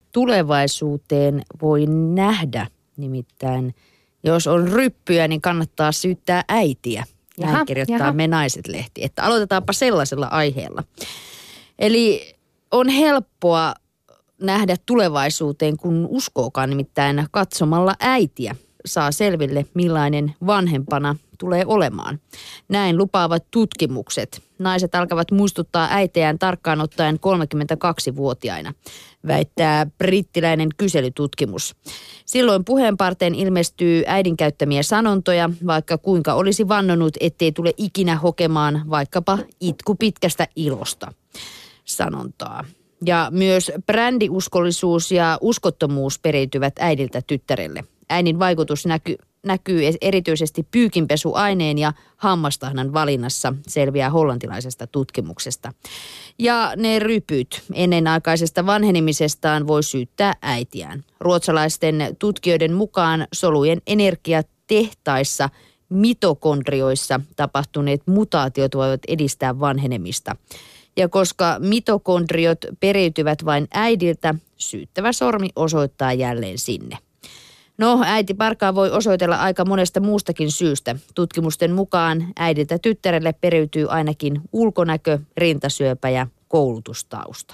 tulevaisuuteen voi nähdä. Nimittäin, jos on ryppyjä, niin kannattaa syyttää äitiä. Näin kirjoittaa Me Naiset-lehti. Että aloitetaanpa sellaisella aiheella. Eli on helppoa nähdä tulevaisuuteen, kun uskookaan, nimittäin katsomalla äitiä saa selville, millainen vanhempana tulee olemaan. Näin lupaavat tutkimukset. Naiset alkavat muistuttaa äitejään tarkkaan ottaen 32-vuotiaina, väittää brittiläinen kyselytutkimus. Silloin puheenparteen ilmestyy äidin käyttämiä sanontoja, vaikka kuinka olisi vannonut, ettei tule ikinä hokemaan vaikkapa itku pitkästä ilosta sanontaa. Ja myös brändiuskollisuus ja uskottomuus periytyvät äidiltä tyttärelle. Äidin vaikutus näkyy erityisesti pyykinpesuaineen ja hammastahnan valinnassa, selviää hollantilaisesta tutkimuksesta. Ja ne rypyt ennenaikaisesta vanhenemisestaan voi syyttää äitiään. Ruotsalaisten tutkijoiden mukaan solujen energiatehtaissa mitokondrioissa tapahtuneet mutaatiot voivat edistää vanhenemista. Ja koska mitokondriot periytyvät vain äidiltä, syyttävä sormi osoittaa jälleen sinne. No, äitiparkaa voi osoitella aika monesta muustakin syystä. Tutkimusten mukaan äidiltä tyttärelle periytyy ainakin ulkonäkö, rintasyöpä ja koulutustausta.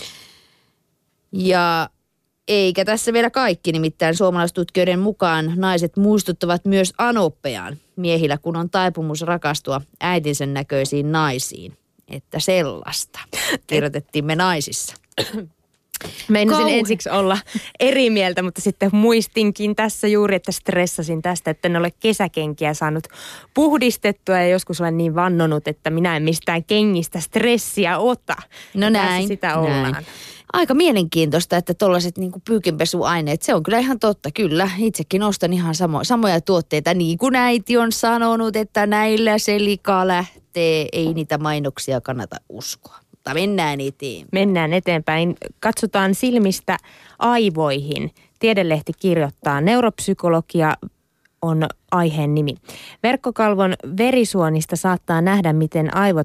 Ja eikä tässä vielä kaikki, nimittäin suomalaistutkijoiden mukaan naiset muistuttavat myös anoppejaan miehillä, kun on taipumus rakastua äitinsä näköisiin naisiin. Että sellaista kirjoitettiin Me Naisissa. Meinasin ensiksi olla eri mieltä, mutta sitten muistinkin tässä juuri, että stressasin tästä, että en ole kesäkenkiä saanut puhdistettua ja joskus olen niin vannonut, että minä en mistään kengistä stressiä ota. No näin, sitä ollaan. Näin. Aika mielenkiintoista, että tollaiset niinku pyykinpesuaineet, se on kyllä ihan totta. Kyllä, itsekin ostan ihan samoja tuotteita, niin kuin äiti on sanonut, että näillä se lika lähtee. Ei niitä mainoksia kannata uskoa. Mutta mennään eteenpäin. Katsotaan silmistä aivoihin. Tiedelehti kirjoittaa, neuropsykologia on aiheen nimi. Verkkokalvon verisuonista saattaa nähdä, miten aivot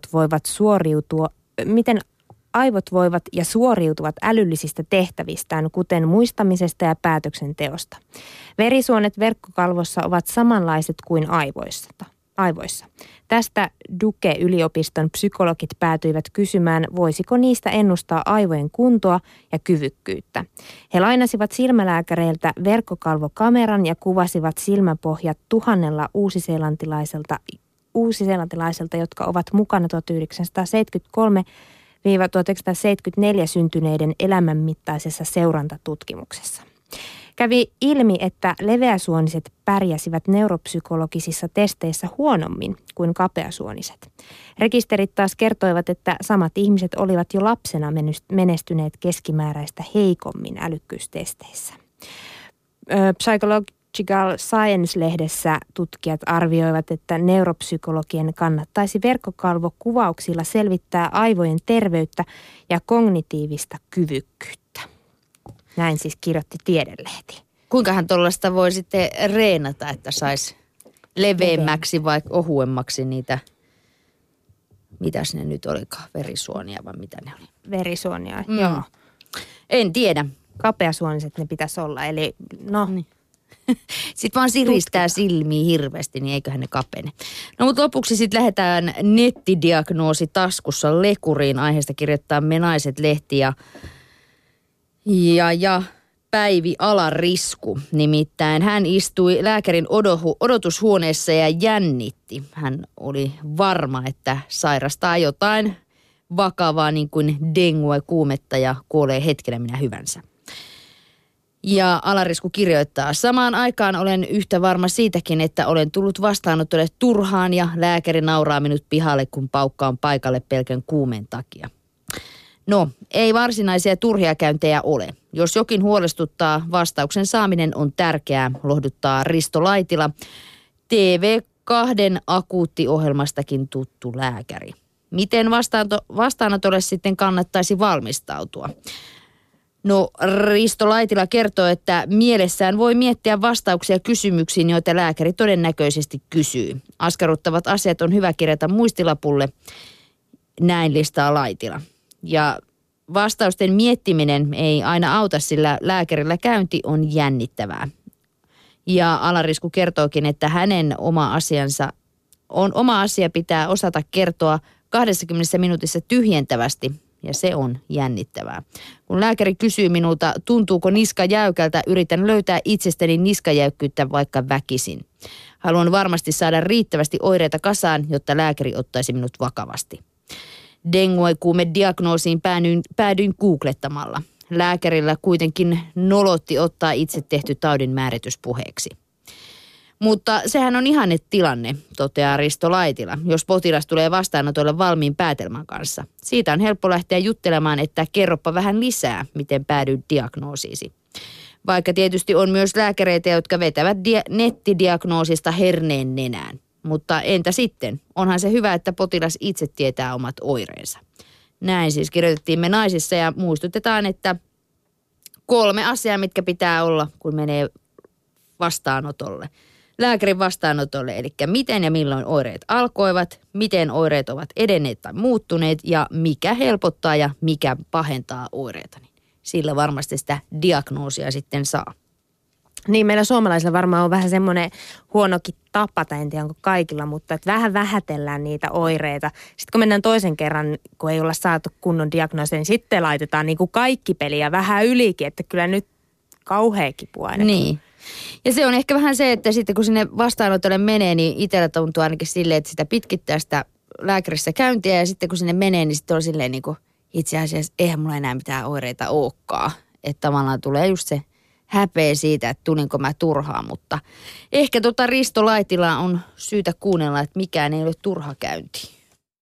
voivat ja suoriutuvat älyllisistä tehtävistään, kuten muistamisesta ja päätöksenteosta. Verisuonet verkkokalvossa ovat samanlaiset kuin aivoissa. Tästä Duke-yliopiston psykologit päätyivät kysymään, voisiko niistä ennustaa aivojen kuntoa ja kyvykkyyttä. He lainasivat silmälääkäreiltä verkkokalvokameran ja kuvasivat silmäpohjat 1000 uusiseelantilaiselta, jotka ovat mukana 1973-1974 syntyneiden elämänmittaisessa seurantatutkimuksessa. Kävi ilmi, että leveäsuoniset pärjäsivät neuropsykologisissa testeissä huonommin kuin kapeasuoniset. Rekisterit taas kertoivat, että samat ihmiset olivat jo lapsena menestyneet keskimääräistä heikommin älykkyystesteissä. Psychological Science-lehdessä tutkijat arvioivat, että neuropsykologien kannattaisi verkkokalvokuvauksilla selvittää aivojen terveyttä ja kognitiivista kyvykkyyttä. Näin siis kirjoitti Tiedelehti. Kuinkahan tuollaista voi sitten reenata, että saisi leveämmäksi vai ohuemmaksi niitä, mitäs ne nyt olikaan, verisuonia vai mitä ne oli? Verisuonia, joo. En tiedä. Kapeasuoniset ne pitäisi olla, eli no. Niin. Sitten vaan siristää silmiä hirveästi, niin eiköhän ne kapene. No mutta lopuksi sitten lähdetään nettidiagnoosi taskussa lekuriin. Aiheesta kirjoittaa Me Naiset-lehti ja Päivi Alarisku. Nimittäin hän istui lääkärin odotushuoneessa ja jännitti. Hän oli varma, että sairastaa jotain vakavaa niin kuin dengue, kuumetta ja kuolee hetkellä minä hyvänsä. Ja Alarisku kirjoittaa, samaan aikaan olen yhtä varma siitäkin, että olen tullut vastaanotolle turhaan ja lääkäri nauraa minut pihalle, kun paukkaan paikalle pelkän kuumeen takia. No, ei varsinaisia turhia käyntejä ole. Jos jokin huolestuttaa, vastauksen saaminen on tärkeää, lohduttaa Risto Laitila, TV2 akuuttiohjelmastakin tuttu lääkäri. Miten vastaanotolle sitten kannattaisi valmistautua? No, Risto Laitila kertoo, että mielessään voi miettiä vastauksia kysymyksiin, joita lääkäri todennäköisesti kysyy. Askarruttavat asiat on hyvä kirjata muistilapulle, näin listaa Laitila. Ja vastausten miettiminen ei aina auta, sillä lääkärillä käynti on jännittävää. Ja Alarisku kertookin, että hänen oma asia pitää osata kertoa 20 minuutissa tyhjentävästi, ja se on jännittävää. Kun lääkäri kysyy minulta, tuntuuko niska jäykältä, yritän löytää itsestäni niskajäykkyyttä vaikka väkisin. Haluan varmasti saada riittävästi oireita kasaan, jotta lääkäri ottaisi minut vakavasti. Dengue-kuumediagnoosiin päädyin googlettamalla. Lääkärillä kuitenkin nolotti ottaa itse tehty taudin määritys puheeksi. Mutta sehän on ihannetilanne, toteaa Risto Laitila, jos potilas tulee vastaanotolle valmiin päätelmän kanssa. Siitä on helppo lähteä juttelemaan, että kerropa vähän lisää, miten päädyit diagnoosiisi. Vaikka tietysti on myös lääkäreitä, jotka vetävät nettidiagnoosista herneen nenään. Mutta entä sitten? Onhan se hyvä, että potilas itse tietää omat oireensa. Näin siis kirjoitettiin Me Naisissa ja muistutetaan, että 3 asiaa, mitkä pitää olla, kun menee vastaanotolle. Lääkärin vastaanotolle, eli miten ja milloin oireet alkoivat, miten oireet ovat edenneet tai muuttuneet ja mikä helpottaa ja mikä pahentaa oireita. Sillä varmasti sitä diagnoosia sitten saa. Niin, meillä suomalaisilla varmaan on vähän semmoinen huonokin tapa, tai en tiedä onko kaikilla, mutta että vähän vähätellään niitä oireita. Sitten kun mennään toisen kerran, kun ei olla saatu kunnon diagnoosia, niin sitten laitetaan niin kuin kaikki peliä vähän ylikin, että kyllä nyt kauhea kipu ainakin. Niin. Ja se on ehkä vähän se, että sitten kun sinne vastaanotolle menee, niin itsellä tuntuu ainakin silleen, että sitä pitkittää sitä lääkärissä käyntiä, ja sitten kun sinne menee, niin sitten on silleen niin kuin itse asiassa eihän mulla enää mitään oireita olekaan. Että tavallaan tulee just se häpeä siitä, että tulinko mä turhaan, mutta ehkä Risto Laitilaa on syytä kuunnella, että mikään ei ole turha käynti.